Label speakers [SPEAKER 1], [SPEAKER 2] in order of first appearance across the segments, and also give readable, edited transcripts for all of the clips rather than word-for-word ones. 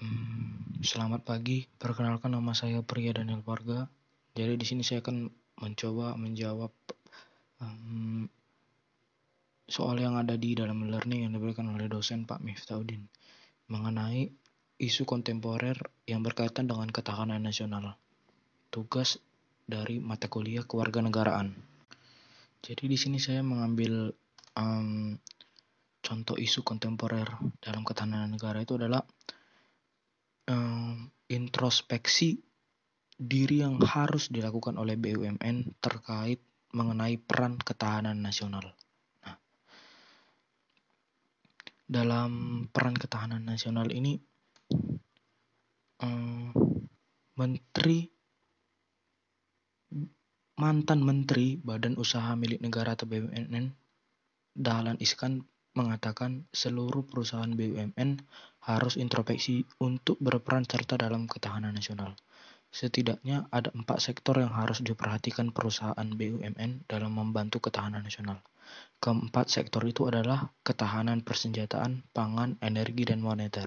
[SPEAKER 1] Selamat pagi. Perkenalkan, nama saya Pria Daniel Warga. Jadi di sini saya akan mencoba menjawab soal yang ada di dalam learning yang diberikan oleh dosen Pak Miftahudin mengenai isu kontemporer yang berkaitan dengan ketahanan nasional. Tugas dari mata kuliah kewarganegaraan. Jadi di sini saya mengambil contoh isu kontemporer dalam ketahanan negara itu adalah introspeksi diri yang harus dilakukan oleh BUMN terkait mengenai peran ketahanan nasional. Nah, dalam peran ketahanan nasional ini, mantan Menteri Badan Usaha Milik Negara atau BUMN, Dahlan Iskan, mengatakan seluruh perusahaan BUMN harus introspeksi untuk berperan serta dalam ketahanan nasional. Setidaknya ada 4 sektor yang harus diperhatikan perusahaan BUMN dalam membantu ketahanan nasional. Keempat sektor itu adalah ketahanan persenjataan, pangan, energi, dan moneter.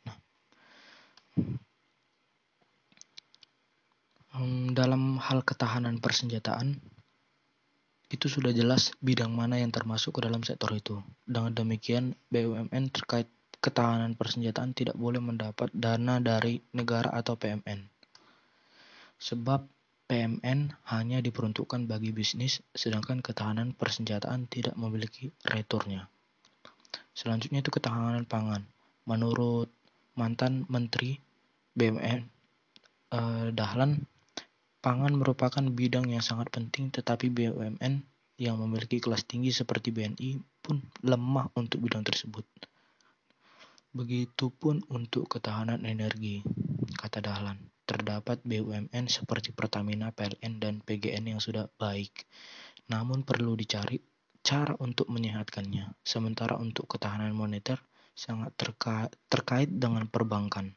[SPEAKER 1] Dalam hal ketahanan persenjataan, itu sudah jelas bidang mana yang termasuk ke dalam sektor itu. Dengan demikian, BUMN terkait ketahanan persenjataan tidak boleh mendapat dana dari negara atau PMN. Sebab PMN hanya diperuntukkan bagi bisnis, sedangkan ketahanan persenjataan tidak memiliki returnya. Selanjutnya itu ketahanan pangan. Menurut mantan Menteri BUMN Dahlan, pangan merupakan bidang yang sangat penting, tetapi BUMN yang memiliki kelas tinggi seperti BNI pun lemah untuk bidang tersebut. Begitupun untuk ketahanan energi, kata Dahlan. Terdapat BUMN seperti Pertamina, PLN, dan PGN yang sudah baik, namun perlu dicari cara untuk menyehatkannya. Sementara untuk ketahanan moneter sangat terkait dengan perbankan.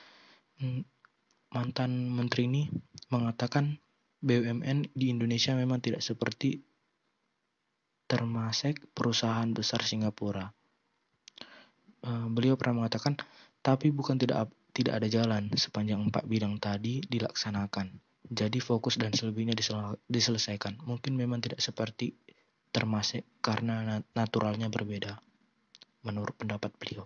[SPEAKER 1] Mantan menteri ini mengatakan BUMN di Indonesia memang tidak seperti Temasek, perusahaan besar Singapura. Beliau pernah mengatakan, tapi bukan tidak ada jalan sepanjang 4 bidang tadi dilaksanakan. Jadi fokus dan selebihnya diselesaikan. Mungkin memang tidak seperti Temasek karena naturalnya berbeda, menurut pendapat beliau.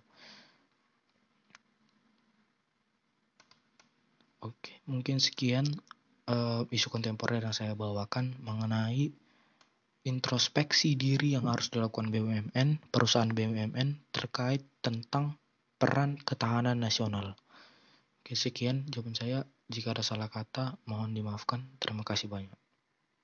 [SPEAKER 1] Oke, mungkin sekian isu kontemporer yang saya bawakan mengenai introspeksi diri yang harus dilakukan BUMN, perusahaan BUMN terkait tentang peran ketahanan nasional. Oke, sekian jawaban saya. Jika ada salah kata, mohon dimaafkan. Terima kasih banyak.